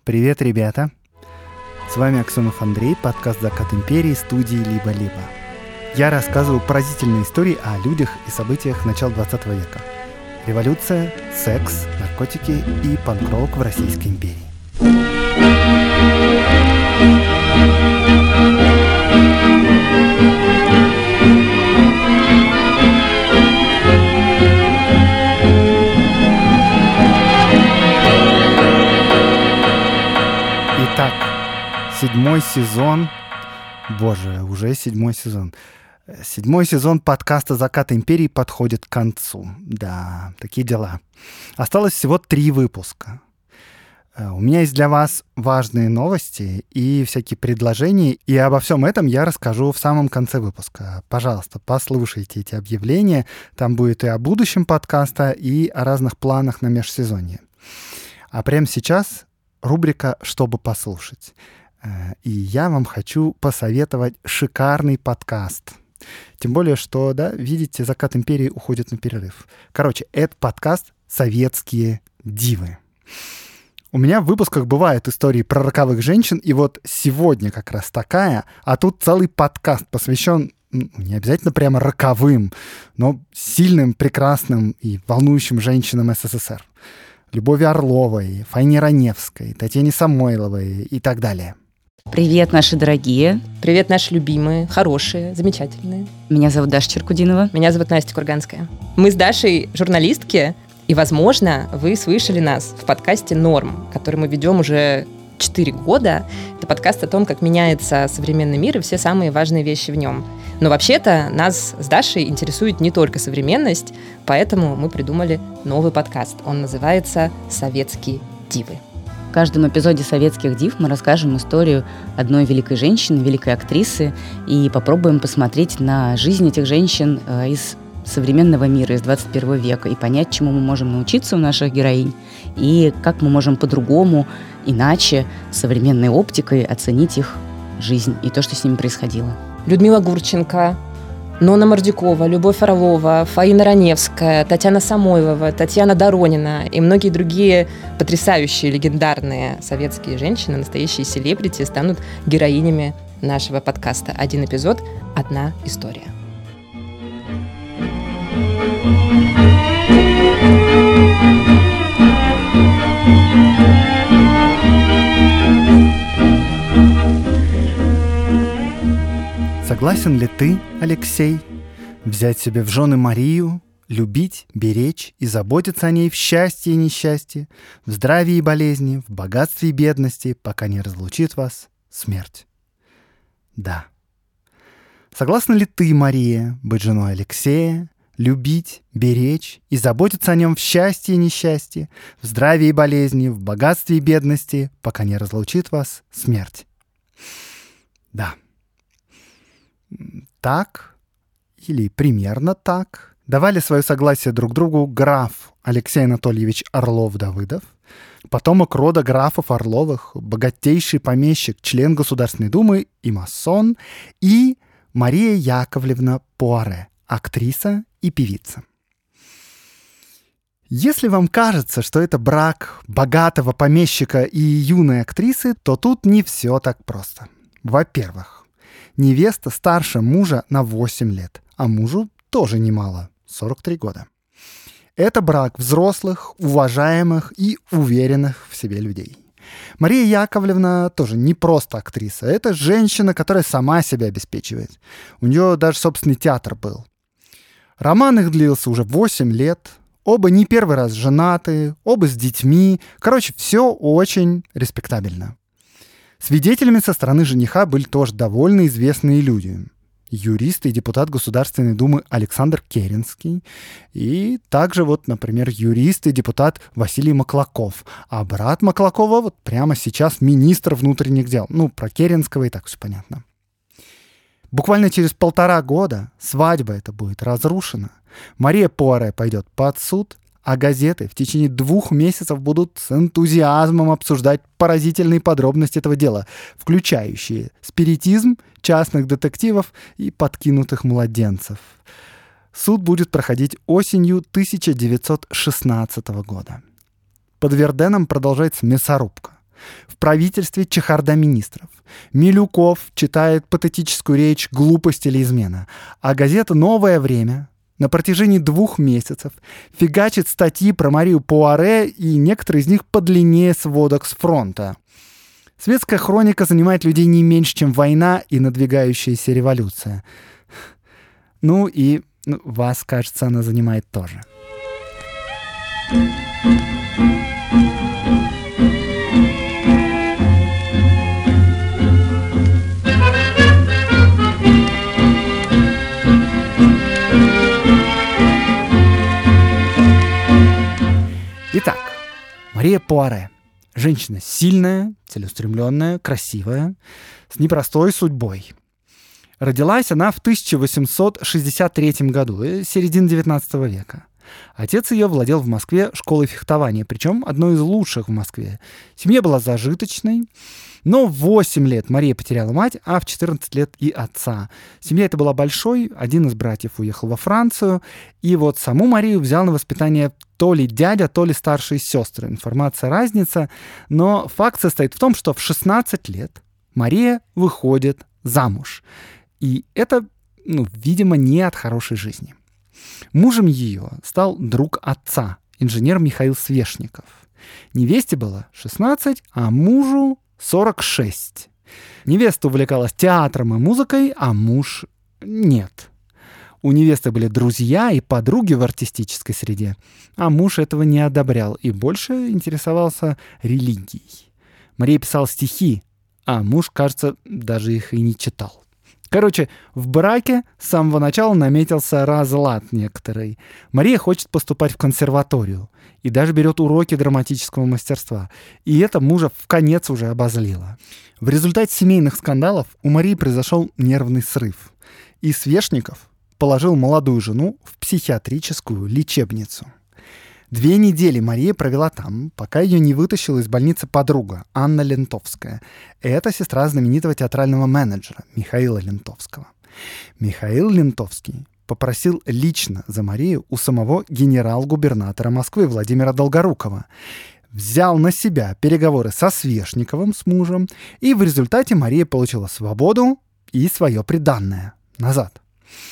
Привет, ребята! С вами Аксенов Андрей, подкаст «Закат империи» студии «Либо-либо». Я рассказываю поразительные истории о людях и событиях начала 20 века. Революция, секс, наркотики и панк-рок в Российской империи. Итак, 7-й сезон, уже 7-й сезон. 7-й сезон подкаста «Закат империи» подходит к концу. Да, такие дела. Осталось всего 3 выпуска. У меня есть для вас важные новости и всякие предложения, и обо всем этом я расскажу в самом конце выпуска. Пожалуйста, послушайте эти объявления. Там будет и о будущем подкаста, и о разных планах на межсезонье. А прямо сейчас рубрика «Чтобы послушать». И я вам хочу посоветовать шикарный подкаст. Тем более, что, да, видите, «Закат империи» уходит на перерыв. Короче, это подкаст «Советские дивы». У меня в выпусках бывают истории про роковых женщин, и вот сегодня как раз такая, а тут целый подкаст посвящен не обязательно прямо роковым, но сильным, прекрасным и волнующим женщинам СССР. Любови Орловой, Фаине Раневской, Татьяне Самойловой и так далее. Привет, наши дорогие. Привет, наши любимые, хорошие, замечательные. Меня зовут Даша Черкудинова. Меня зовут Настя Курганская. Мы с Дашей журналистки, и, возможно, вы слышали нас в подкасте «Норм», который мы ведем уже 4 года. Это подкаст о том, как меняется современный мир и все самые важные вещи в нем. Но вообще-то нас с Дашей интересует не только современность, поэтому мы придумали новый подкаст. Он называется «Советские дивы». В каждом эпизоде «Советских див» мы расскажем историю одной великой женщины, великой актрисы, и попробуем посмотреть на жизнь этих женщин из современного мира, из 21 века, и понять, чему мы можем научиться у наших героинь, и как мы можем по-другому, иначе, современной оптикой оценить их жизнь и то, что с ними происходило. Людмила Гурченко, Нонна Мордюкова, Любовь Орлова, Фаина Раневская, Татьяна Самойлова, Татьяна Доронина и многие другие потрясающие, легендарные советские женщины, настоящие селебрити, станут героинями нашего подкаста. Один эпизод, одна история. Согласен ли ты, Алексей, взять себе в жены Марию, любить, беречь и заботиться о ней в счастье и несчастье, в здравии и болезни, в богатстве и бедности, пока не разлучит вас смерть? Да. Согласна ли ты, Мария, быть женой Алексея, любить, беречь и заботиться о нем в счастье и несчастье, в здравии и болезни, в богатстве и бедности, пока не разлучит вас смерть? Да. Так, или примерно так, давали свое согласие друг другу граф Алексей Анатольевич Орлов-Давыдов, потомок рода графов Орловых, богатейший помещик, член Государственной Думы и масон, и Мария Яковлевна Пуаре, актриса и певица. Если вам кажется, что это брак богатого помещика и юной актрисы, то тут не все так просто. Во-первых, невеста старше мужа на 8 лет, а мужу тоже немало, 43 года. Это брак взрослых, уважаемых и уверенных в себе людей. Мария Яковлевна тоже не просто актриса, это женщина, которая сама себя обеспечивает. У нее даже собственный театр был. Роман их длился уже 8 лет, оба не первый раз женаты, оба с детьми. Короче, все очень респектабельно. Свидетелями со стороны жениха были тоже довольно известные люди. Юрист и депутат Государственной Думы Александр Керенский. И также вот, например, юрист и депутат Василий Маклаков. А брат Маклакова вот прямо сейчас министр внутренних дел. Ну, про Керенского и так все понятно. Буквально через 1,5 года свадьба эта будет разрушена. Мария Пуаре пойдет под суд, а газеты в течение 2 месяцев будут с энтузиазмом обсуждать поразительные подробности этого дела, включающие спиритизм, частных детективов и подкинутых младенцев. Суд будет проходить осенью 1916 года. Под Верденом продолжается мясорубка. В правительстве чехарда министров. Милюков читает патетическую речь «Глупость или измена». А газета «Новое время» на протяжении 2 месяцев фигачит статьи про Марию Пуаре, и некоторые из них подлиннее сводок с фронта. Светская хроника занимает людей не меньше, чем война и надвигающаяся революция. Ну и вас, кажется, она занимает тоже. Итак, Мария Пуаре. Женщина сильная, целеустремленная, красивая, с непростой судьбой. Родилась она в 1863 году, середина 19 века. Отец ее владел в Москве школой фехтования, причем одной из лучших в Москве. Семья была зажиточной, но в 8 лет Мария потеряла мать, а в 14 лет и отца. Семья эта была большой, один из братьев уехал во Францию, и вот саму Марию взял на воспитание то ли дядя, то ли старшие сестры. Информация разница, но факт состоит в том, что в 16 лет Мария выходит замуж. И это, видимо, не от хорошей жизни. Мужем ее стал друг отца, инженер Михаил Свешников. Невесте было 16, а мужу 46. Невеста увлекалась театром и музыкой, а муж нет. У невесты были друзья и подруги в артистической среде, а муж этого не одобрял и больше интересовался религией. Мария писала стихи, а муж, кажется, даже их и не читал. Короче, в браке с самого начала наметился разлад некоторый. Мария хочет поступать в консерваторию и даже берет уроки драматического мастерства. И это мужа вконец уже обозлило. В результате семейных скандалов у Марии произошел нервный срыв. И Свешников положил молодую жену в психиатрическую лечебницу. 2 недели Мария провела там, пока ее не вытащила из больницы подруга Анна Лентовская. Это сестра знаменитого театрального менеджера Михаила Лентовского. Михаил Лентовский попросил лично за Марию у самого генерал-губернатора Москвы Владимира Долгорукова. Взял на себя переговоры со Свешниковым, с мужем, и в результате Мария получила свободу и свое приданное назад.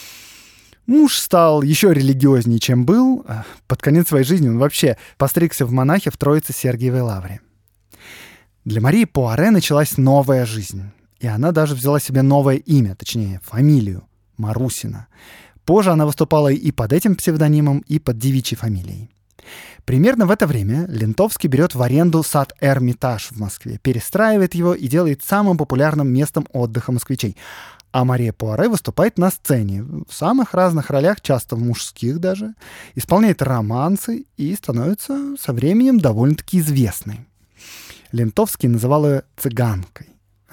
Муж стал еще религиознее, чем был. Под конец своей жизни он вообще постригся в монахи в Троице-Сергиевой лавре. Для Марии Пуаре началась новая жизнь. И она даже взяла себе новое имя, точнее, фамилию – Марусина. Позже она выступала и под этим псевдонимом, и под девичьей фамилией. Примерно в это время Лентовский берет в аренду сад Эрмитаж в Москве, перестраивает его и делает самым популярным местом отдыха москвичей. А Мария Пуаре выступает на сцене в самых разных ролях, часто в мужских даже, исполняет романсы и становится со временем довольно-таки известной. Лентовский называл ее цыганкой,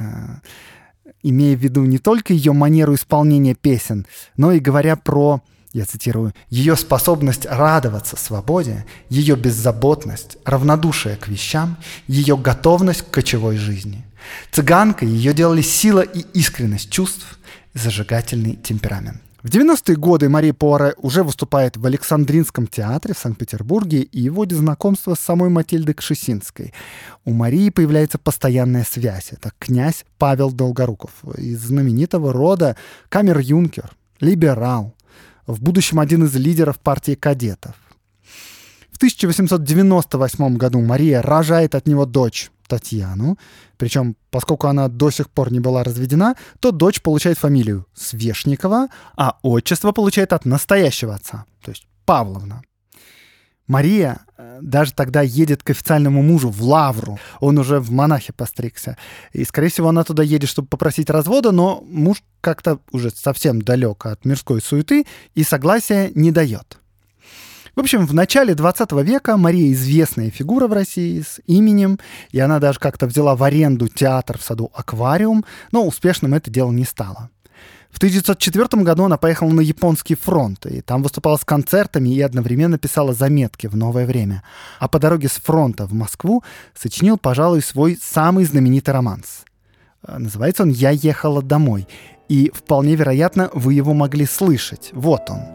имея в виду не только ее манеру исполнения песен, но и говоря про, я цитирую, ее способность радоваться свободе, ее беззаботность, равнодушие к вещам, ее готовность к кочевой жизни. Цыганкой ее делали сила и искренность чувств, зажигательный темперамент. В 90-е годы Мария Пуаре уже выступает в Александринском театре в Санкт-Петербурге и вводит знакомство с самой Матильдой Кшесинской. У Марии появляется постоянная связь. Это князь Павел Долгоруков, из знаменитого рода камер-юнкер, либерал, в будущем один из лидеров партии кадетов. В 1898 году Мария рожает от него дочь Татьяну, причем, поскольку она до сих пор не была разведена, то дочь получает фамилию Свешникова, а отчество получает от настоящего отца, то есть Павловна. Мария даже тогда едет к официальному мужу в Лавру. Он уже в монахи постригся. И, скорее всего, она туда едет, чтобы попросить развода, но муж как-то уже совсем далек от мирской суеты и согласия не дает. В общем, в начале 20 века Мария известная фигура в России с именем, и она даже как-то взяла в аренду театр в саду «Аквариум», но успешным это дело не стало. В 1904 году она поехала на японский фронт, и там выступала с концертами и одновременно писала заметки в «Новое время». А по дороге с фронта в Москву сочинил, пожалуй, свой самый знаменитый романс. Называется он «Я ехала домой», и вполне вероятно, вы его могли слышать. Вот он.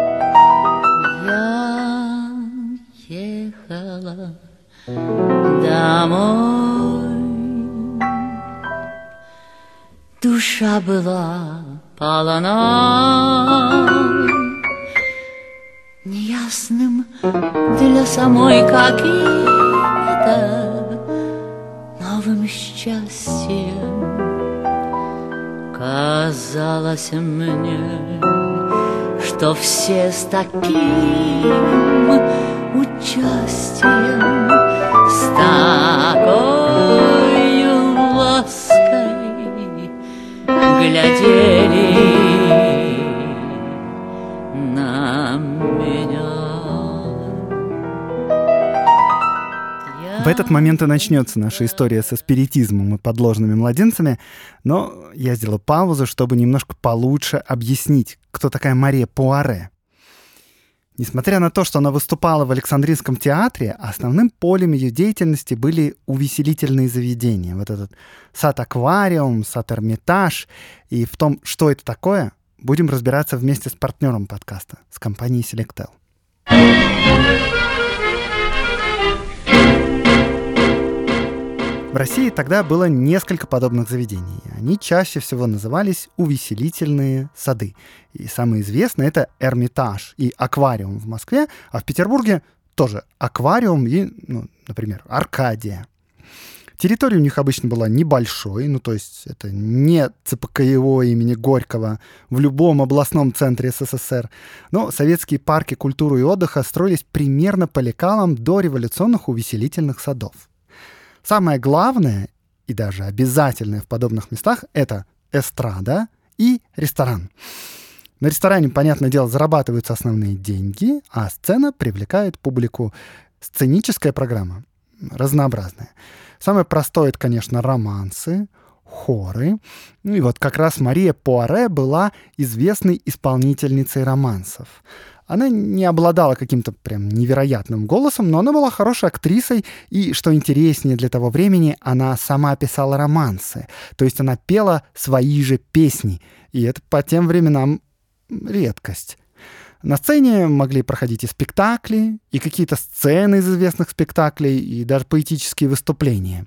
Я ехала домой. домой. Душа была полна неясным для самой, как и это, новым счастьем. Казалось мне, что все с таким участием, с такой лаской глядели на меня. В этот момент и начнется наша история со спиритизмом и подложными младенцами, но я сделал паузу, чтобы немножко получше объяснить, кто такая Мария Пуаре. Несмотря на то, что она выступала в Александринском театре, основным полем ее деятельности были увеселительные заведения. Вот этот сад-аквариум, сад-эрмитаж. И в том, что это такое, будем разбираться вместе с партнером подкаста, с компанией Selectel. В России тогда было несколько подобных заведений. Они чаще всего назывались увеселительные сады. И самые известные — это Эрмитаж и Аквариум в Москве, а в Петербурге тоже Аквариум и, например, Аркадия. Территория у них обычно была небольшой, то есть это не ЦПКИО имени Горького в любом областном центре СССР, но советские парки культуры и отдыха строились примерно по лекалам дореволюционных увеселительных садов. Самое главное и даже обязательное в подобных местах — это эстрада и ресторан. На ресторане, понятное дело, зарабатываются основные деньги, а сцена привлекает публику. Сценическая программа разнообразная. Самое простое — это, конечно, романсы, хоры. И вот как раз Мария Пуаре была известной исполнительницей романсов. Она не обладала каким-то прям невероятным голосом, но она была хорошей актрисой, и, что интереснее для того времени, она сама писала романсы. То есть она пела свои же песни, и это по тем временам редкость. На сцене могли проходить и спектакли, и какие-то сцены из известных спектаклей, и даже поэтические выступления.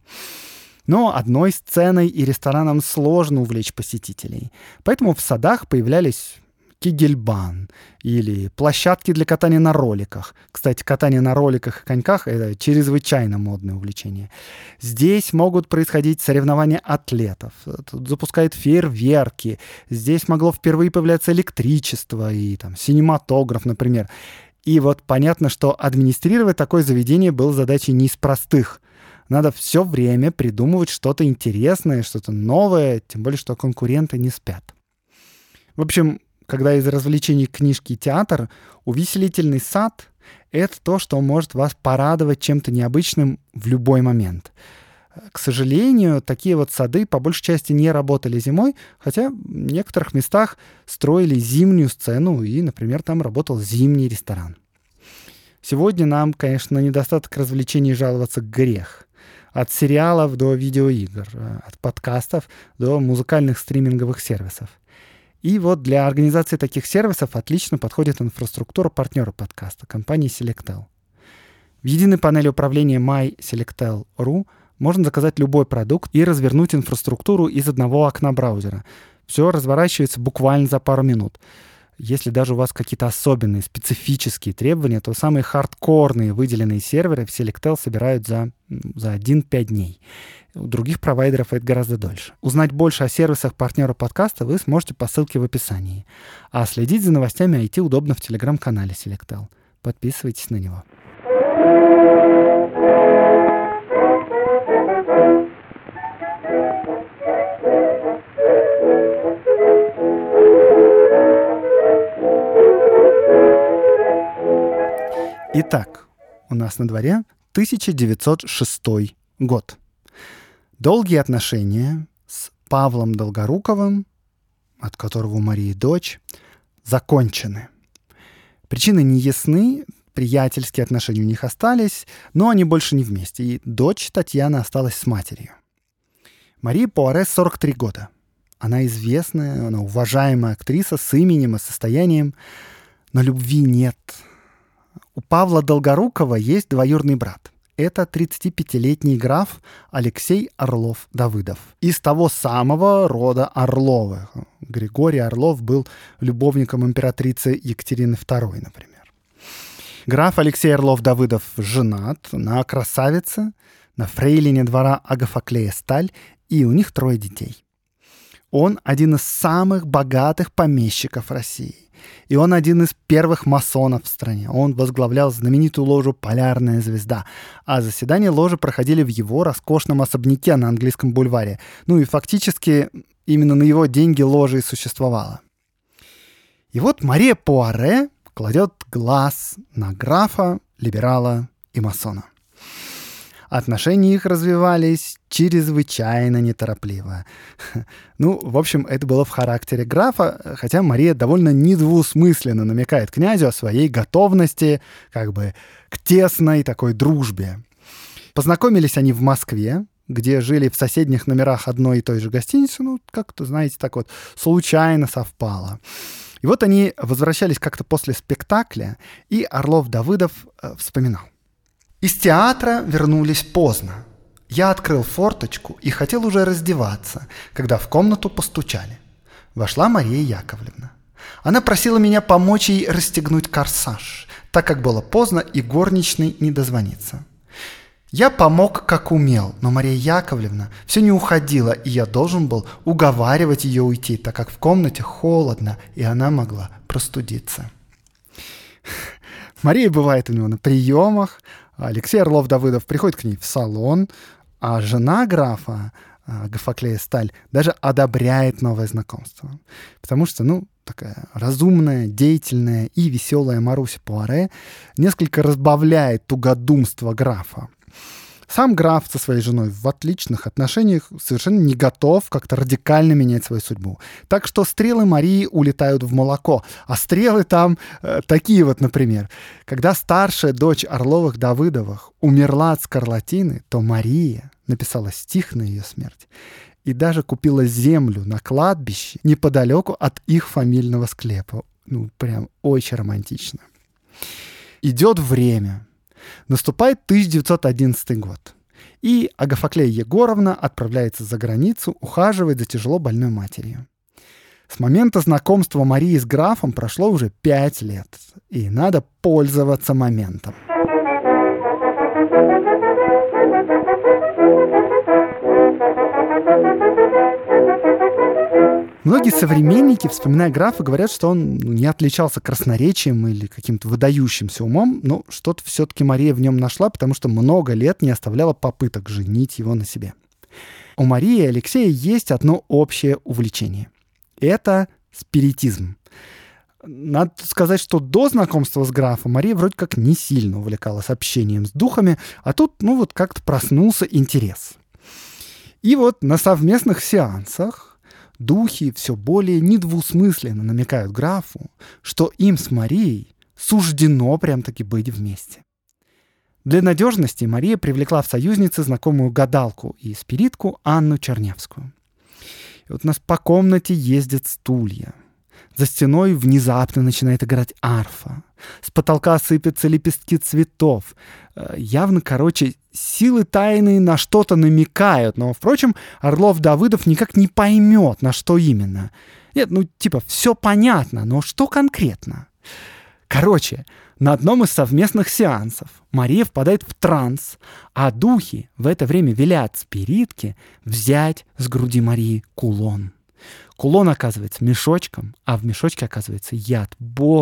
Но одной сценой и рестораном сложно увлечь посетителей. Поэтому в садах появлялись кегельбан или площадки для катания на роликах. Кстати, катание на роликах и коньках — это чрезвычайно модное увлечение. Здесь могут происходить соревнования атлетов, тут запускают фейерверки. Здесь могло впервые появляться электричество и синематограф, например. И вот понятно, что администрировать такое заведение было задачей не из простых. Надо все время придумывать что-то интересное, что-то новое, тем более, что конкуренты не спят. В общем, когда из развлечений книжки и театр, увеселительный сад — это то, что может вас порадовать чем-то необычным в любой момент. К сожалению, такие вот сады по большей части не работали зимой, хотя в некоторых местах строили зимнюю сцену, и, например, там работал зимний ресторан. Сегодня нам, конечно, на недостаток развлечений жаловаться грех. От сериалов до видеоигр, от подкастов до музыкальных стриминговых сервисов. И вот для организации таких сервисов отлично подходит инфраструктура партнера подкаста, компании Selectel. В единой панели управления myselectel.ru можно заказать любой продукт и развернуть инфраструктуру из одного окна браузера. Все разворачивается буквально за пару минут. Если даже у вас какие-то особенные, специфические требования, то самые хардкорные выделенные серверы в Selectel собирают за 1-5 дней. У других провайдеров это гораздо дольше. Узнать больше о сервисах партнера подкаста вы сможете по ссылке в описании. А следить за новостями IT удобно в телеграм-канале Selectel. Подписывайтесь на него. Итак, у нас на дворе 1906 год. Долгие отношения с Павлом Долгоруковым, от которого у Марии дочь, закончены. Причины не ясны, приятельские отношения у них остались, но они больше не вместе, и дочь Татьяна осталась с матерью. Марии Пуаре 43 года. Она известная, она уважаемая актриса с именем и состоянием, но любви нет. У Павла Долгорукова есть двоюродный брат, это 35-летний граф Алексей Орлов-Давыдов. Из того самого рода Орловых. Григорий Орлов был любовником императрицы Екатерины II, например. Граф Алексей Орлов-Давыдов женат на красавице, на фрейлине двора Агафоклея Сталь, и у них 3 детей. Он один из самых богатых помещиков России. И он один из первых масонов в стране. Он возглавлял знаменитую ложу «Полярная звезда». А заседания ложи проходили в его роскошном особняке на Английском бульваре. Ну и фактически именно на его деньги ложа и существовала. И вот Мария Пуаре кладет глаз на графа, либерала и масона. Отношения их развивались чрезвычайно неторопливо. Ну, в общем, это было в характере графа, хотя Мария довольно недвусмысленно намекает князю о своей готовности к тесной такой дружбе. Познакомились они в Москве, где жили в соседних номерах одной и той же гостиницы. Ну, как-то, знаете, так вот случайно совпало. И вот они возвращались как-то после спектакля, и Орлов-Давыдов вспоминал. Из театра вернулись поздно. Я открыл форточку и хотел уже раздеваться, когда в комнату постучали. Вошла Мария Яковлевна. Она просила меня помочь ей расстегнуть корсаж, так как было поздно и горничной не дозвониться. Я помог, как умел, но Мария Яковлевна все не уходила, и я должен был уговаривать ее уйти, так как в комнате холодно, и она могла простудиться. Мария бывает у него на приемах, Алексей Орлов-Давыдов приходит к ней в салон, а жена графа Агафоклея Сталь даже одобряет новое знакомство. Потому что, такая разумная, деятельная и веселая Маруся Пуаре несколько разбавляет тугодумство графа. Сам граф со своей женой в отличных отношениях совершенно не готов как-то радикально менять свою судьбу. Так что стрелы Марии улетают в молоко. А стрелы там такие вот, например. Когда старшая дочь Орловых-Давыдовых умерла от скарлатины, то Мария написала стих на ее смерть и даже купила землю на кладбище неподалеку от их фамильного склепа. Прям очень романтично. Идет время. Наступает 1911 год, и Агафоклея Егоровна отправляется за границу ухаживать за тяжело больной матерью. С момента знакомства Марии с графом прошло уже 5 лет, и надо пользоваться моментом. Многие современники, вспоминая графа, говорят, что он не отличался красноречием или каким-то выдающимся умом, но что-то все-таки Мария в нем нашла, потому что много лет не оставляла попыток женить его на себе. У Марии и Алексея есть одно общее увлечение. Это спиритизм. Надо сказать, что до знакомства с графом Мария вроде как не сильно увлекалась общением с духами, а тут, как-то проснулся интерес. И вот на совместных сеансах духи все более недвусмысленно намекают графу, что им с Марией суждено прям-таки быть вместе. Для надежности Мария привлекла в союзницы знакомую гадалку и спиритку Анну Чернявскую. И вот у нас по комнате ездят стулья. За стеной внезапно начинает играть арфа. С потолка сыпятся лепестки цветов. Явно, силы тайные на что-то намекают. Но, впрочем, Орлов-Давыдов никак не поймет, на что именно. Нет, все понятно, но что конкретно? На одном из совместных сеансов Мария впадает в транс, а духи в это время велят спиритке взять с груди Марии кулон. Кулон оказывается мешочком, а в мешочке оказывается яд.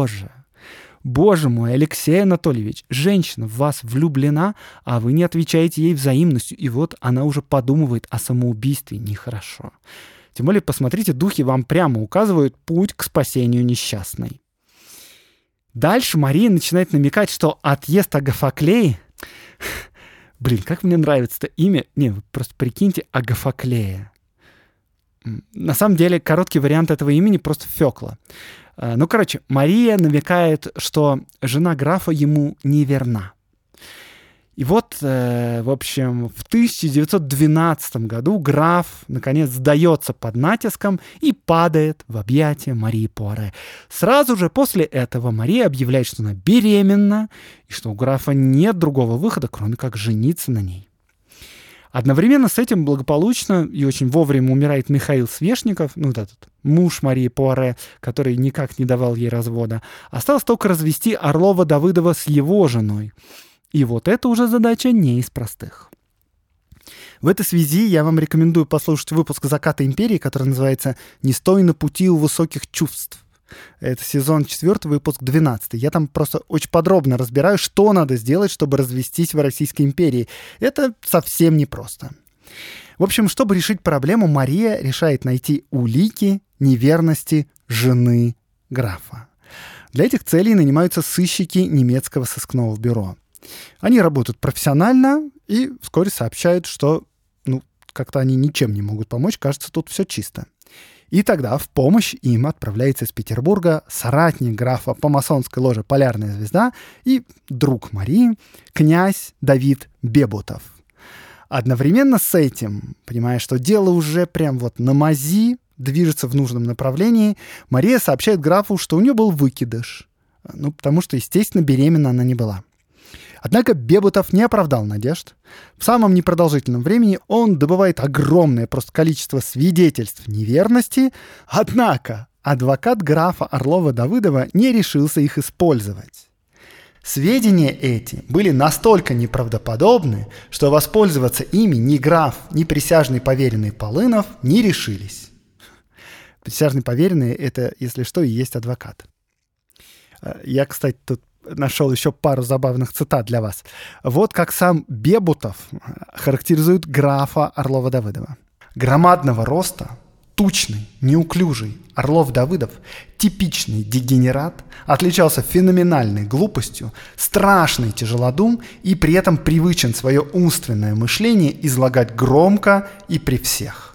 Боже мой, Алексей Анатольевич, женщина в вас влюблена, а вы не отвечаете ей взаимностью, и вот она уже подумывает о самоубийстве. Нехорошо. Тем более, посмотрите, духи вам прямо указывают путь к спасению несчастной. Дальше Мария начинает намекать, что отъезд Агафоклеи... как мне нравится это имя. Вы просто прикиньте, Агафоклея. На самом деле, короткий вариант этого имени просто Фёкла. Мария намекает, что жена графа ему не верна. И вот, в общем, в 1912 году граф, наконец, сдается под натиском и падает в объятия Марии Пуаре. Сразу же после этого Мария объявляет, что она беременна, и что у графа нет другого выхода, кроме как жениться на ней. Одновременно с этим благополучно и очень вовремя умирает Михаил Свешников, вот этот муж Марии Пуаре, который никак не давал ей развода. Осталось только развести Орлова-Давыдова с его женой. И вот это уже задача не из простых. В этой связи я вам рекомендую послушать выпуск «Заката империи», который называется «Не стой на пути у высоких чувств». Это сезон 4, выпуск 12. Я там просто очень подробно разбираю, что надо сделать, чтобы развестись в Российской империи. Это совсем непросто. В общем, чтобы решить проблему, Мария решает найти улики неверности жены графа. Для этих целей нанимаются сыщики немецкого сыскного бюро. Они работают профессионально и вскоре сообщают, что как-то они ничем не могут помочь, кажется, тут все чисто. И тогда в помощь им отправляется из Петербурга соратник графа по масонской ложе «Полярная звезда» и друг Марии, князь Давид Бебутов. Одновременно с этим, понимая, что дело уже прям вот на мази, движется в нужном направлении, Мария сообщает графу, что у нее был выкидыш. Потому что, естественно, беременна она не была. Однако Бебутов не оправдал надежд. В самом непродолжительном времени он добывает огромное просто количество свидетельств неверности, однако адвокат графа Орлова-Давыдова не решился их использовать. Сведения эти были настолько неправдоподобны, что воспользоваться ими ни граф, ни присяжный поверенный Полынов не решились. Присяжный поверенный — это, если что, и есть адвокат. Я, кстати, тут нашел еще пару забавных цитат для вас. Вот как сам Бебутов характеризует графа Орлова-Давыдова. Громадного роста, тучный, неуклюжий Орлов-Давыдов, типичный дегенерат, отличался феноменальной глупостью, страшный тяжелодум и при этом привычен свое умственное мышление излагать громко и при всех.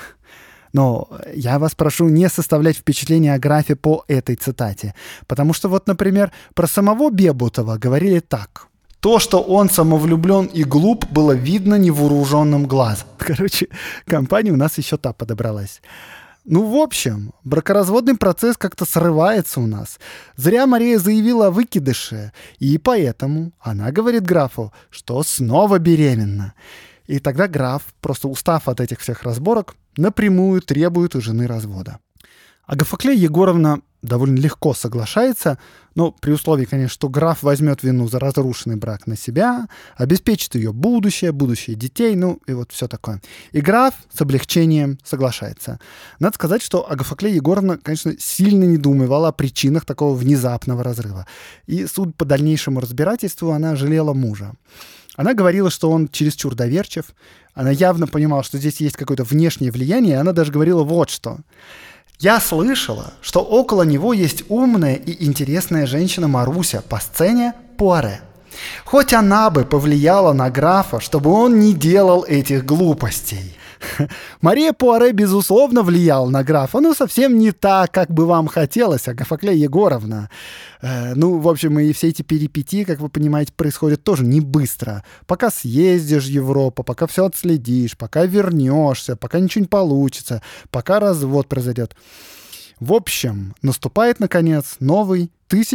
Но я вас прошу не составлять впечатление о графе по этой цитате. Потому что вот, например, про самого Бебутова говорили так. То, что он самовлюблен и глуп, было видно невооруженным глазом. Короче, компания у нас еще та подобралась. В общем, бракоразводный процесс как-то срывается у нас. Зря Мария заявила о выкидыше. И поэтому она говорит графу, что снова беременна. И тогда граф, просто устав от этих всех разборок, напрямую требует у жены развода. Агафоклея Егоровна довольно легко соглашается, но при условии, конечно, что граф возьмет вину за разрушенный брак на себя, обеспечит ее будущее детей, и вот все такое. И граф с облегчением соглашается. Надо сказать, что Агафоклея Егоровна, конечно, сильно недоумевала о причинах такого внезапного разрыва. И, судя по дальнейшему разбирательству, она жалела мужа. Она говорила, что он чересчур доверчив. Она явно понимала, что здесь есть какое-то внешнее влияние, и она даже говорила вот что. «Я слышала, что около него есть умная и интересная женщина Маруся по сцене Пуаре. Хоть она бы повлияла на графа, чтобы он не делал этих глупостей». Мария Пуаре, безусловно, влияла на графа, но совсем не так, как бы вам хотелось, Агафоклея Егоровна. В общем, и все эти перипетии, как вы понимаете, происходят тоже не быстро. Пока съездишь в Европу, пока все отследишь, пока вернешься, пока ничего не получится, пока развод произойдет. В общем, наступает, наконец, новый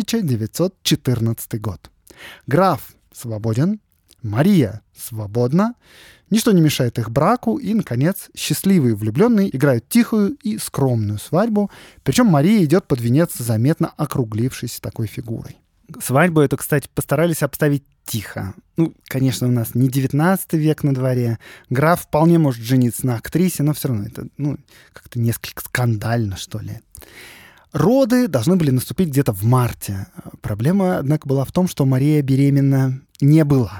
1914 год. Граф свободен, Мария свободна, ничто не мешает их браку, и, наконец, счастливые влюбленные играют тихую и скромную свадьбу, причем Мария идет под венец заметно округлившейся такой фигурой. Свадьбу эту, кстати, постарались обставить тихо. Конечно, у нас не 19 век на дворе, граф вполне может жениться на актрисе, но все равно это, как-то несколько скандально, что ли. Роды должны были наступить где-то в марте. Проблема, однако, была в том, что Мария беременна не была.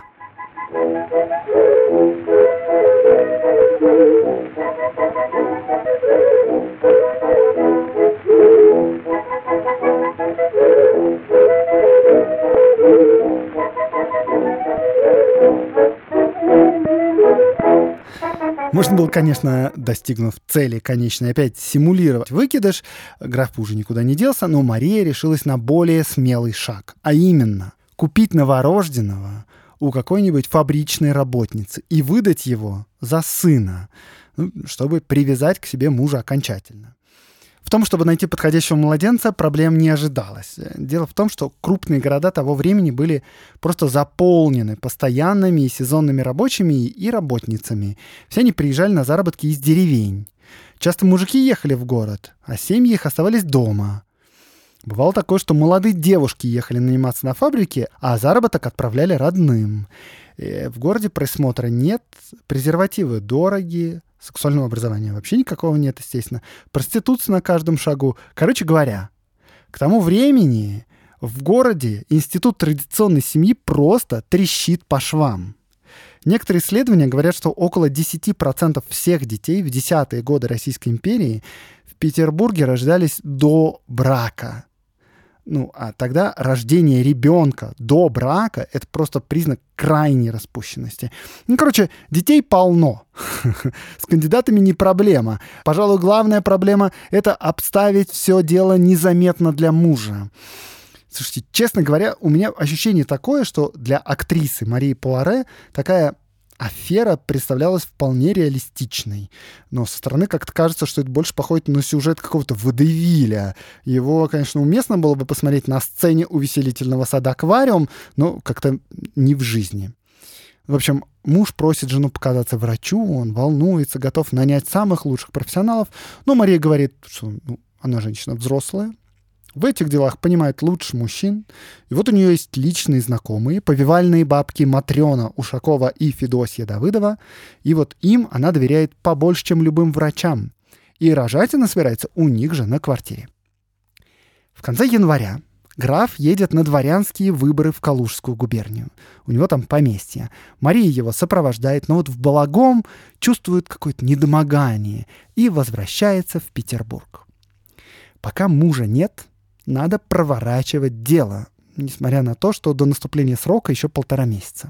Можно было, конечно, достигнув цели конечной, опять симулировать выкидыш. Граф уже никуда не делся, но Мария решилась на более смелый шаг. А именно, купить новорожденного у какой-нибудь фабричной работницы и выдать его за сына, чтобы привязать к себе мужа окончательно. В том, чтобы найти подходящего младенца, проблем не ожидалось. Дело в том, что крупные города того времени были просто заполнены постоянными и сезонными рабочими и работницами. Все они приезжали на заработки из деревень. Часто мужики ехали в город, а семьи их оставались дома. Бывало такое, что молодые девушки ехали наниматься на фабрике, а заработок отправляли родным. В городе присмотра нет, презервативы дороги, сексуального образования вообще никакого нет, естественно. Проституция на каждом шагу. Короче говоря, к тому времени в городе институт традиционной семьи просто трещит по швам. Некоторые исследования говорят, что около 10% всех детей в 10-е годы Российской империи в Петербурге рождались до брака. А тогда рождение ребенка до брака — это просто признак крайней распущенности. Детей полно. С кандидатами не проблема. Пожалуй, главная проблема — это обставить все дело незаметно для мужа. Слушайте, честно говоря, у меня ощущение такое, что для актрисы Марии Пуаре такая афера представлялась вполне реалистичной. Но со стороны как-то кажется, что это больше походит на сюжет какого-то водевиля. Его, конечно, уместно было бы посмотреть на сцене увеселительного сада «Аквариум», но как-то не в жизни. В общем, муж просит жену показаться врачу, он волнуется, готов нанять самых лучших профессионалов. Но Мария говорит, что она женщина взрослая, в этих делах понимает лучше мужчин. И вот у нее есть личные знакомые, повивальные бабки Матрена Ушакова и Федосья Давыдова. И вот им она доверяет побольше, чем любым врачам. И рожать она собирается у них же на квартире. В конце января граф едет на дворянские выборы в Калужскую губернию. У него там поместье. Мария его сопровождает, но вот в Балагом чувствует какое-то недомогание и возвращается в Петербург. Пока мужа нет, надо проворачивать дело, несмотря на то, что до наступления срока еще 1,5 месяца.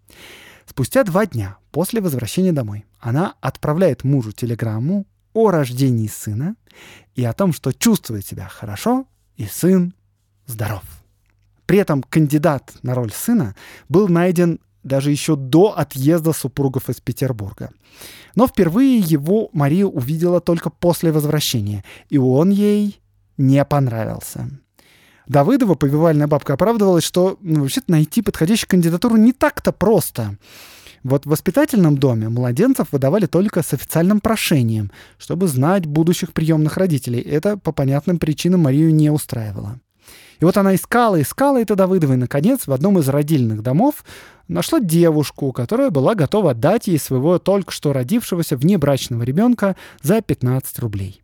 Спустя 2 дня после возвращения домой она отправляет мужу телеграмму о рождении сына и о том, что чувствует себя хорошо и сын здоров. При этом кандидат на роль сына был найден даже еще до отъезда супругов из Петербурга. Но впервые его Мария увидела только после возвращения, и он ей не понравился. Давыдова, повивальная бабка, оправдывалась, что вообще-то найти подходящую кандидатуру не так-то просто. Вот в воспитательном доме младенцев выдавали только с официальным прошением, чтобы знать будущих приемных родителей. Это по понятным причинам Марию не устраивало. И вот она искала это Давыдова, и, наконец, в одном из родильных домов нашла девушку, которая была готова отдать ей своего только что родившегося внебрачного ребенка за 15 рублей.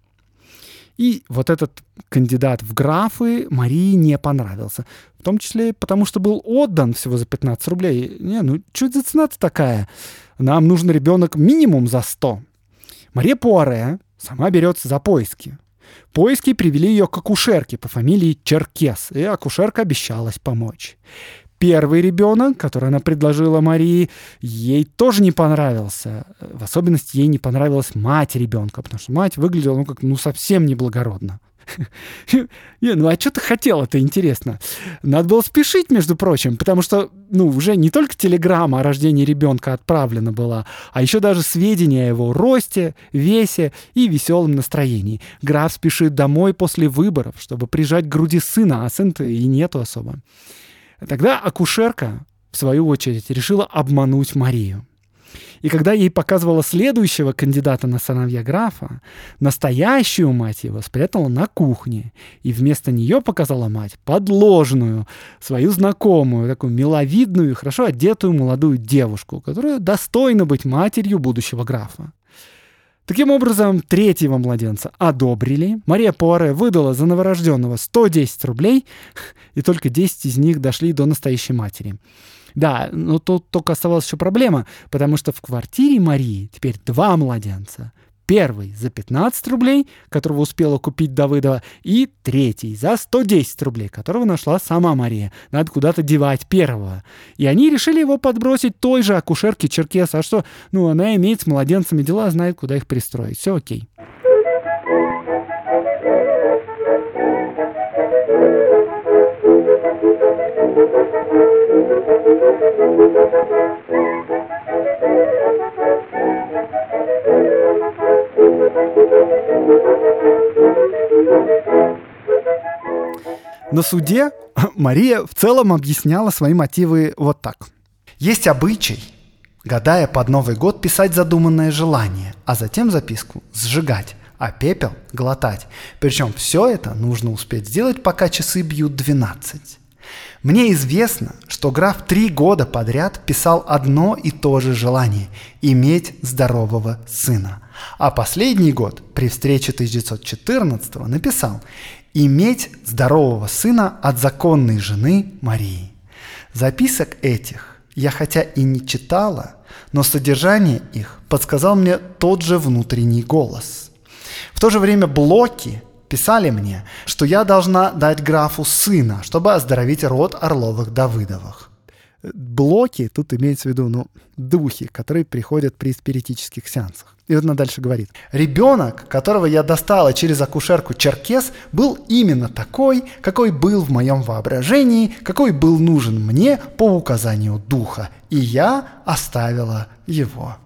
И вот этот кандидат в графы Марии не понравился. В том числе потому, что был отдан всего за 15 рублей. Что это за цена-то такая? Нам нужен ребенок минимум за 100. Мария Пуаре сама берется за поиски. Поиски привели ее к акушерке по фамилии Черкес, и акушерка обещалась помочь. Первый ребенок, который она предложила Марии, ей тоже не понравился. В особенности ей не понравилась мать ребенка, потому что мать выглядела совсем неблагородно. А что ты хотела-то, интересно? Надо было спешить, между прочим, потому что, уже не только телеграмма о рождении ребенка отправлена была, а еще даже сведения о его росте, весе и веселом настроении. Граф спешит домой после выборов, чтобы прижать к груди сына, а сын-то и нету особо. Тогда акушерка, в свою очередь, решила обмануть Марию. И когда ей показывала следующего кандидата на сыновья графа, настоящую мать его спрятала на кухне. И вместо нее показала мать подложную, свою знакомую, такую миловидную, хорошо одетую молодую девушку, которая достойна быть матерью будущего графа. Таким образом, 3-го младенца одобрили. Мария Пуаре выдала за новорожденного 110 рублей, и только 10 из них дошли до настоящей матери. Да, но тут только оставалась еще проблема, потому что в квартире Марии теперь 2 младенца. Первый за 15 рублей, которого успела купить Давыдова, и 3-й за 110 рублей, которого нашла сама Мария. Надо куда-то девать первого. И они решили его подбросить той же акушерке Черкес. А что? Она имеет с младенцами дела, знает, куда их пристроить. Все окей. На суде Мария в целом объясняла свои мотивы вот так. Есть обычай, гадая под Новый год, писать задуманное желание, а затем записку сжигать, а пепел глотать. Причем все это нужно успеть сделать, пока часы бьют 12. Мне известно, что граф 3 года подряд писал одно и то же желание – иметь здорового сына. А последний год, при встрече 1914-го, написал «иметь здорового сына от законной жены Марии». Записок этих я хотя и не читала, но содержание их подсказал мне тот же внутренний голос. В то же время Блоки писали мне, что я должна дать графу сына, чтобы оздоровить род Орловых-Давыдовых. Блоки, тут имеется в виду, духи, которые приходят при спиритических сеансах. И вот она дальше говорит. Ребенок, которого я достала через акушерку Черкес, был именно такой, какой был в моем воображении, какой был нужен мне по указанию духа. И я оставила его.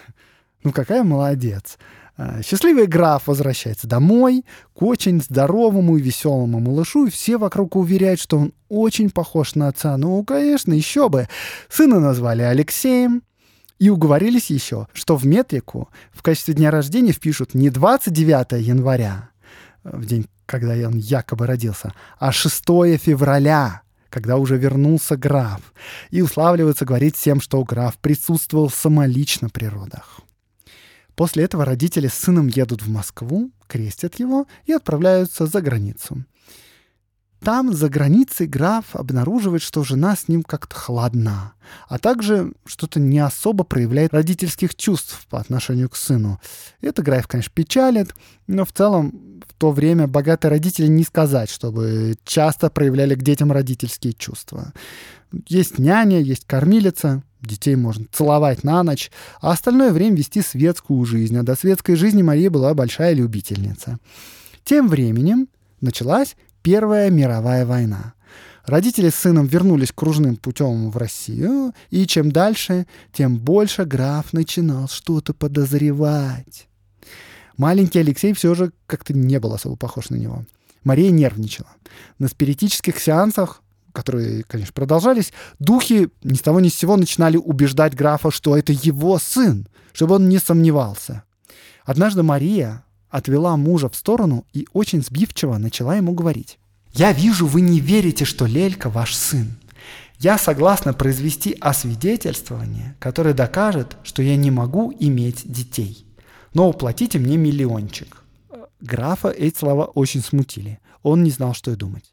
Какая молодец. Счастливый граф возвращается домой к очень здоровому и веселому малышу, и все вокруг уверяют, что он очень похож на отца. Конечно, еще бы. Сына назвали Алексеем и уговорились еще, что в метрику в качестве дня рождения впишут не 29 января, в день, когда он якобы родился, а 6 февраля, когда уже вернулся граф. И уславливается говорить всем, что граф присутствовал самолично при родах. После этого родители с сыном едут в Москву, крестят его и отправляются за границу. Там, за границей, граф обнаруживает, что жена с ним как-то холодна, а также что-то не особо проявляет родительских чувств по отношению к сыну. Это граф, конечно, печалит, но в целом в то время богатые родители не сказать, чтобы часто проявляли к детям родительские чувства. Есть няня, есть кормилица, детей можно целовать на ночь, а остальное время вести светскую жизнь. А до светской жизни Мария была большая любительница. Тем временем началась Первая мировая война. Родители с сыном вернулись кружным путем в Россию, и чем дальше, тем больше граф начинал что-то подозревать. Маленький Алексей все же как-то не был особо похож на него. Мария нервничала. На спиритических сеансах, которые, конечно, продолжались, духи ни с того ни с сего начинали убеждать графа, что это его сын, чтобы он не сомневался. Однажды Мария отвела мужа в сторону и очень сбивчиво начала ему говорить. «Я вижу, вы не верите, что Лелька ваш сын. Я согласна произвести освидетельствование, которое докажет, что я не могу иметь детей. Но уплатите мне 1 миллиончик». Графа эти слова очень смутили. Он не знал, что и думать.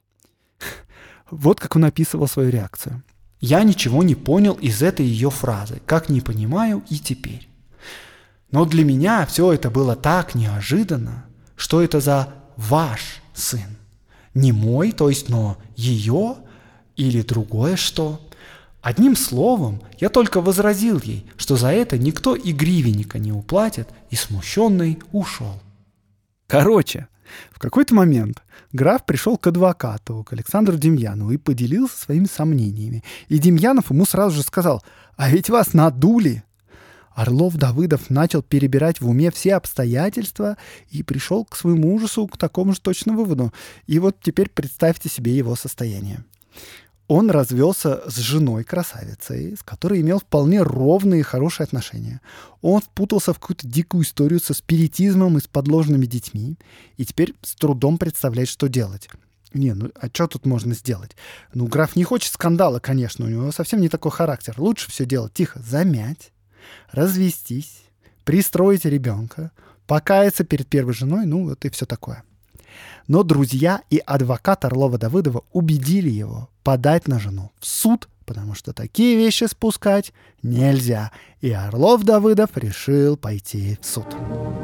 Вот как он описывал свою реакцию. «Я ничего не понял из этой ее фразы, как не понимаю и теперь. Но для меня все это было так неожиданно, что это за ваш сын. Не мой, то есть, но ее или другое что. Одним словом, я только возразил ей, что за это никто и гривенника не уплатит, и смущенный ушел». Короче, в какой-то момент граф пришел к адвокату, к Александру Демьянову, и поделился своими сомнениями. И Демьянов ему сразу же сказал: «А ведь вас надули». Орлов-Давыдов начал перебирать в уме все обстоятельства и пришел к своему ужасу к такому же точному выводу. И вот теперь представьте себе его состояние. Он развелся с женой-красавицей, с которой имел вполне ровные и хорошие отношения. Он впутался в какую-то дикую историю со спиритизмом и с подложными детьми, и теперь с трудом представляет, что делать. А что тут можно сделать? Граф не хочет скандала, конечно, у него совсем не такой характер. Лучше все делать тихо, замять, развестись, пристроить ребенка, покаяться перед первой женой, и все такое. Но друзья и адвокат Орлова-Давыдова убедили его подать на жену в суд, потому что такие вещи спускать нельзя. И Орлов-Давыдов решил пойти в суд.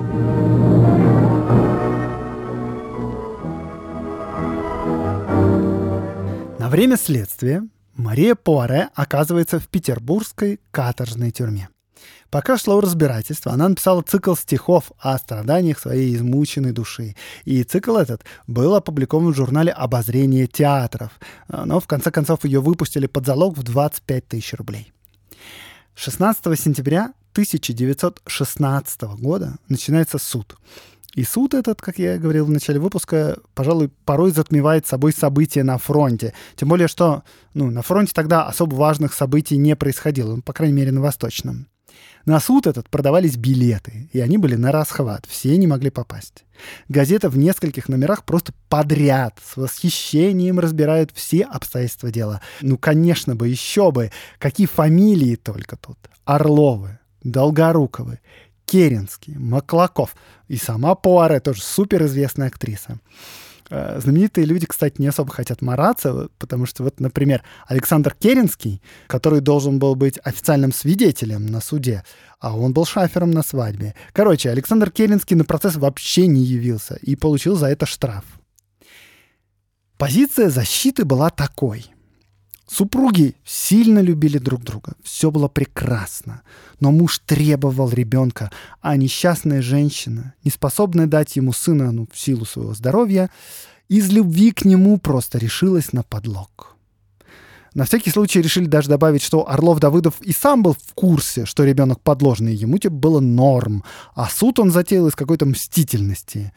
На время следствия Мария Пуаре оказывается в петербургской каторжной тюрьме. Пока шло разбирательство, она написала цикл стихов о страданиях своей измученной души. И цикл этот был опубликован в журнале «Обозрение театров». Но в конце концов ее выпустили под залог в 25 000 рублей. 16 сентября 1916 года начинается суд. И суд этот, как я говорил в начале выпуска, пожалуй, порой затмевает собой события на фронте. Тем более, что на фронте тогда особо важных событий не происходило, по крайней мере, на Восточном. На суд этот продавались билеты, и они были на расхват, все не могли попасть. Газета в нескольких номерах просто подряд с восхищением разбирают все обстоятельства дела. Конечно бы, еще бы, какие фамилии только тут. Орловы, Долгоруковы, Керенский, Маклаков и сама Пуаре, тоже суперизвестная актриса. Знаменитые люди, кстати, не особо хотят мараться, потому что, например, Александр Керенский, который должен был быть официальным свидетелем на суде, а он был шафером на свадьбе. Александр Керенский на процесс вообще не явился и получил за это штраф. Позиция защиты была такой. Супруги сильно любили друг друга, все было прекрасно, но муж требовал ребенка, а несчастная женщина, не способная дать ему сына в силу своего здоровья, из любви к нему просто решилась на подлог. На всякий случай решили даже добавить, что Орлов-Давыдов и сам был в курсе, что ребенок подложный, ему было норм, а суд он затеял из какой-то мстительности.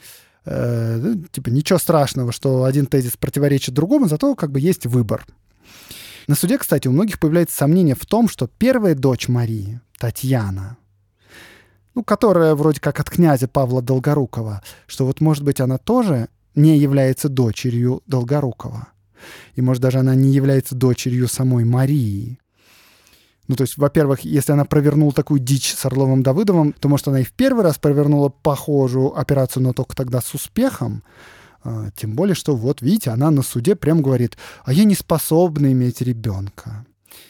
Ничего страшного, что один тезис противоречит другому, зато есть выбор. На суде, кстати, у многих появляется сомнение в том, что первая дочь Марии, Татьяна, которая вроде как от князя Павла Долгорукова, что может быть она тоже не является дочерью Долгорукова. И может даже она не является дочерью самой Марии. То есть, во-первых, если она провернула такую дичь с Орловым-Давыдовым, то, может, она и в первый раз провернула похожую операцию, но только тогда с успехом. Тем более, что видите, она на суде прям говорит, а я не способна иметь ребенка.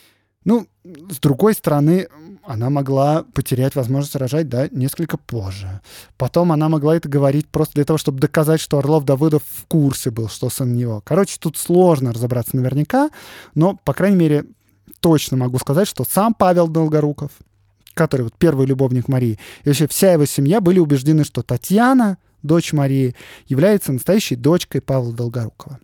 С другой стороны, она могла потерять возможность рожать, несколько позже. Потом она могла это говорить просто для того, чтобы доказать, что Орлов-Давыдов в курсе был, что сын его. Тут сложно разобраться наверняка, но, по крайней мере, точно могу сказать, что сам Павел Долгоруков, который первый любовник Марии, и вообще вся его семья были убеждены, что Татьяна, дочь Марии, является настоящей дочкой Павла Долгорукова.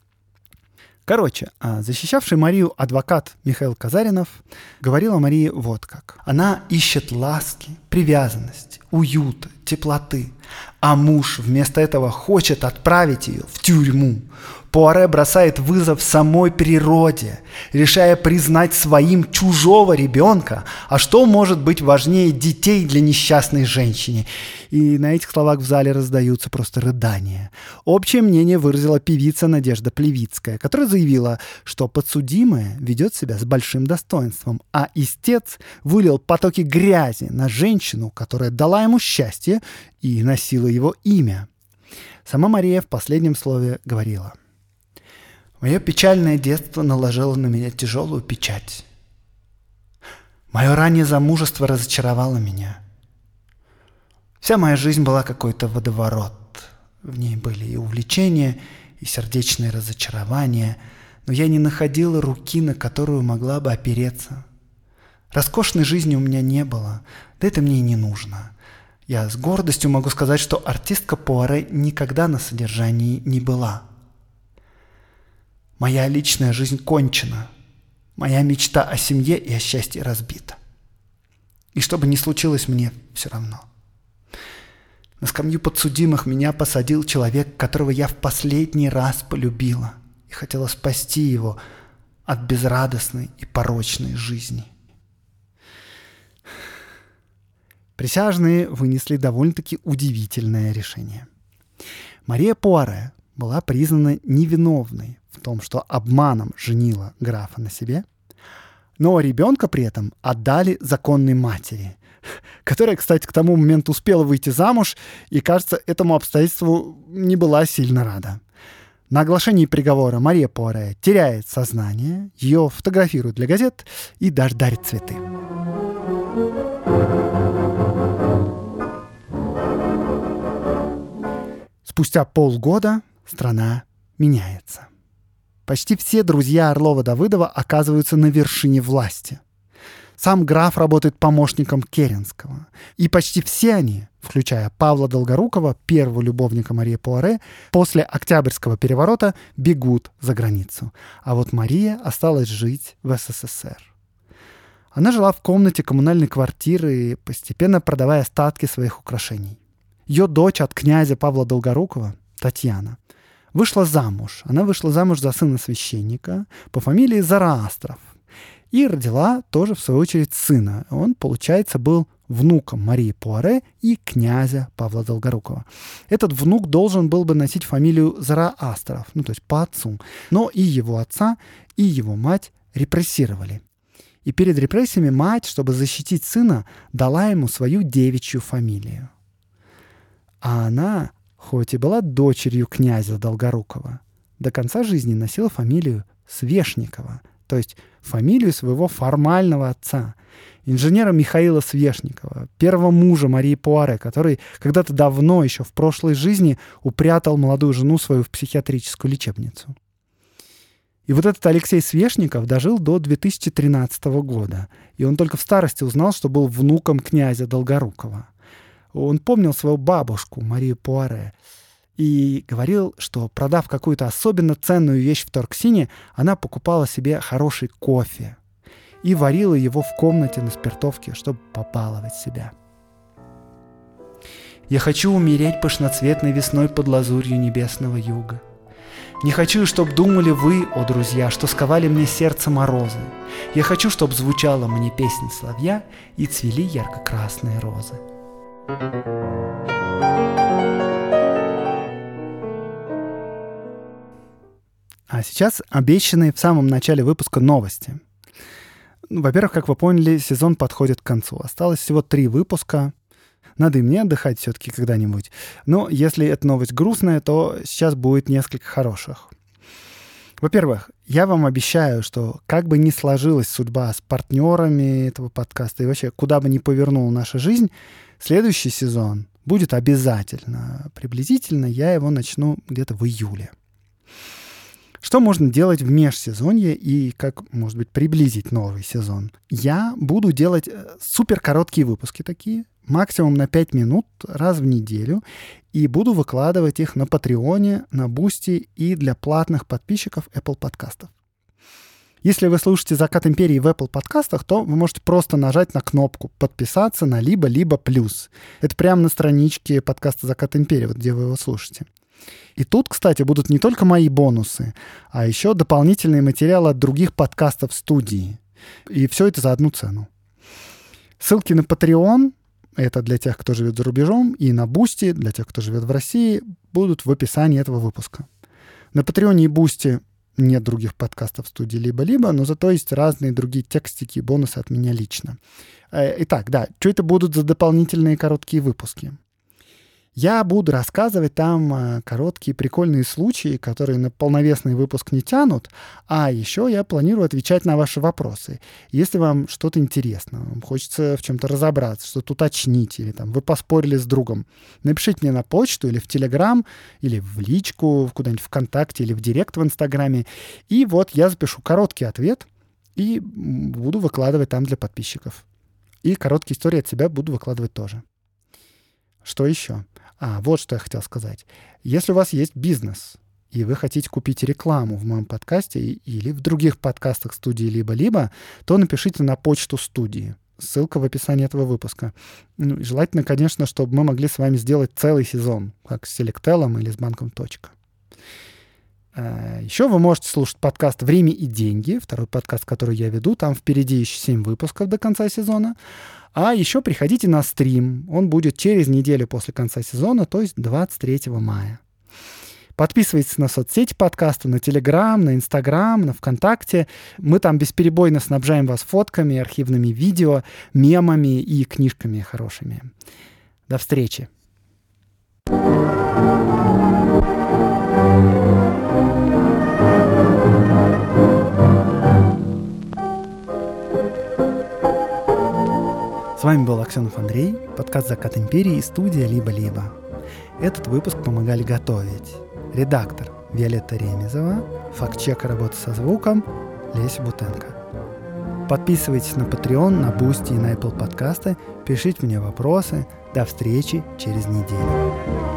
Защищавший Марию адвокат Михаил Казаринов говорил о Марии вот как. Она ищет ласки, привязанности, уюта, теплоты, а муж вместо этого хочет отправить ее в тюрьму. Пуаре бросает вызов самой природе, решая признать своим чужого ребенка. А что может быть важнее детей для несчастной женщины? И на этих словах в зале раздаются просто рыдания. Общее мнение выразила певица Надежда Плевицкая, которая заявила, что подсудимая ведет себя с большим достоинством, а истец вылил потоки грязи на женщину, которая дала ему счастье и носила его имя. Сама Мария в последнем слове говорила: «Мое печальное детство наложило на меня тяжелую печать. Мое раннее замужество разочаровало меня. Вся моя жизнь была какой-то водоворот. В ней были и увлечения, и сердечные разочарования, но я не находила руки, на которую могла бы опереться. Роскошной жизни у меня не было, да это мне и не нужно. Я с гордостью могу сказать, что артистка Пуаре никогда на содержании не была. Моя личная жизнь кончена. Моя мечта о семье и о счастье разбита. И что бы ни случилось, мне все равно. На скамью подсудимых меня посадил человек, которого я в последний раз полюбила и хотела спасти его от безрадостной и порочной жизни». Присяжные вынесли довольно-таки удивительное решение. Мария Пуаре была признана невиновной в том, что обманом женила графа на себе, но ребенка при этом отдали законной матери, которая, кстати, к тому моменту успела выйти замуж и, кажется, этому обстоятельству не была сильно рада. На оглашении приговора Мария Пуаре теряет сознание, ее фотографируют для газет и даже дарят цветы. Спустя полгода страна меняется. Почти все друзья Орлова-Давыдова оказываются на вершине власти. Сам граф работает помощником Керенского. И почти все они, включая Павла Долгорукова, первого любовника Марии Пуаре, после Октябрьского переворота бегут за границу. А вот Мария осталась жить в СССР. Она жила в комнате коммунальной квартиры, постепенно продавая остатки своих украшений. Ее дочь от князя Павла Долгорукова, Татьяна, вышла замуж. Она вышла замуж за сына священника по фамилии Зараастров. И родила тоже, в свою очередь, сына. Он, получается, был внуком Марии Пуаре и князя Павла Долгорукова. Этот внук должен был бы носить фамилию Зараастров, то есть по отцу. Но и его отца, и его мать репрессировали. И перед репрессиями мать, чтобы защитить сына, дала ему свою девичью фамилию. А она, хоть и была дочерью князя Долгорукова, до конца жизни носила фамилию Свешникова, то есть фамилию своего формального отца, инженера Михаила Свешникова, первого мужа Марии Пуаре, который когда-то давно, еще в прошлой жизни, упрятал молодую жену свою в психиатрическую лечебницу. И вот этот Алексей Свешников дожил до 2013 года, и он только в старости узнал, что был внуком князя Долгорукова. Он помнил свою бабушку Марию Пуаре и говорил, что, продав какую-то особенно ценную вещь в Торксине, она покупала себе хороший кофе и варила его в комнате на спиртовке, чтобы побаловать себя. «Я хочу умереть пышноцветной весной под лазурью небесного юга. Не хочу, чтоб думали вы, о друзья, что сковали мне сердце морозы. Я хочу, чтоб звучала мне песня соловья и цвели ярко-красные розы». А сейчас обещанные в самом начале выпуска новости. Во-первых, как вы поняли, сезон подходит к концу. Осталось всего 3 выпуска. Надо и мне отдыхать все-таки когда-нибудь. Но если эта новость грустная, то сейчас будет несколько хороших. Во-первых, я вам обещаю, что как бы ни сложилась судьба с партнерами этого подкаста и вообще куда бы ни повернула наша жизнь, следующий сезон будет обязательно. Приблизительно я его начну где-то в июле. Что можно делать в межсезонье и как, может быть, приблизить новый сезон? Я буду делать суперкороткие выпуски такие, максимум на 5 минут раз в неделю, и буду выкладывать их на Патреоне, на Бусти и для платных подписчиков Apple подкастов. Если вы слушаете «Закат империи» в Apple подкастах, то вы можете просто нажать на кнопку «Подписаться» на либо плюс. Это прямо на страничке подкаста «Закат империи», вот где вы его слушаете. И тут, кстати, будут не только мои бонусы, а еще дополнительные материалы от других подкастов студии. И все это за одну цену. Ссылки на Patreon, это для тех, кто живет за рубежом, и на Boosty, для тех, кто живет в России, будут в описании этого выпуска. На Patreon и Boosty нет других подкастов студии либо-либо, но зато есть разные другие текстики и бонусы от меня лично. Итак, да, что это будут за дополнительные короткие выпуски? Я буду рассказывать там короткие прикольные случаи, которые на полновесный выпуск не тянут, а еще я планирую отвечать на ваши вопросы. Если вам что-то интересно, вам хочется в чем-то разобраться, что-то уточнить, или там вы поспорили с другом, напишите мне на почту или в Телеграм, или в личку, куда-нибудь ВКонтакте, или в Директ в Инстаграме. И вот я запишу короткий ответ и буду выкладывать там для подписчиков. И короткие истории от себя буду выкладывать тоже. Что еще? Вот что я хотел сказать. Если у вас есть бизнес, и вы хотите купить рекламу в моем подкасте или в других подкастах студии либо-либо, то напишите на почту студии. Ссылка в описании этого выпуска. Желательно, конечно, чтобы мы могли с вами сделать целый сезон, как с Selectel или с Банком Точка. Еще вы можете слушать подкаст «Время и деньги», второй подкаст, который я веду. Там впереди еще 7 выпусков до конца сезона. А еще приходите на стрим. Он будет через неделю после конца сезона, то есть 23 мая. Подписывайтесь на соцсети подкаста, на Телеграм, на Инстаграм, на ВКонтакте. Мы там бесперебойно снабжаем вас фотками, архивными видео, мемами и книжками хорошими. До встречи! С вами был Аксенов Андрей, подкаст «Закат империи» и студия «Либо-либо». Этот выпуск помогали готовить редактор Виолетта Ремезова, фактчекер работы со звуком Леся Бутенко. Подписывайтесь на Patreon, на Boosty и на Apple подкасты, пишите мне вопросы. До встречи через неделю.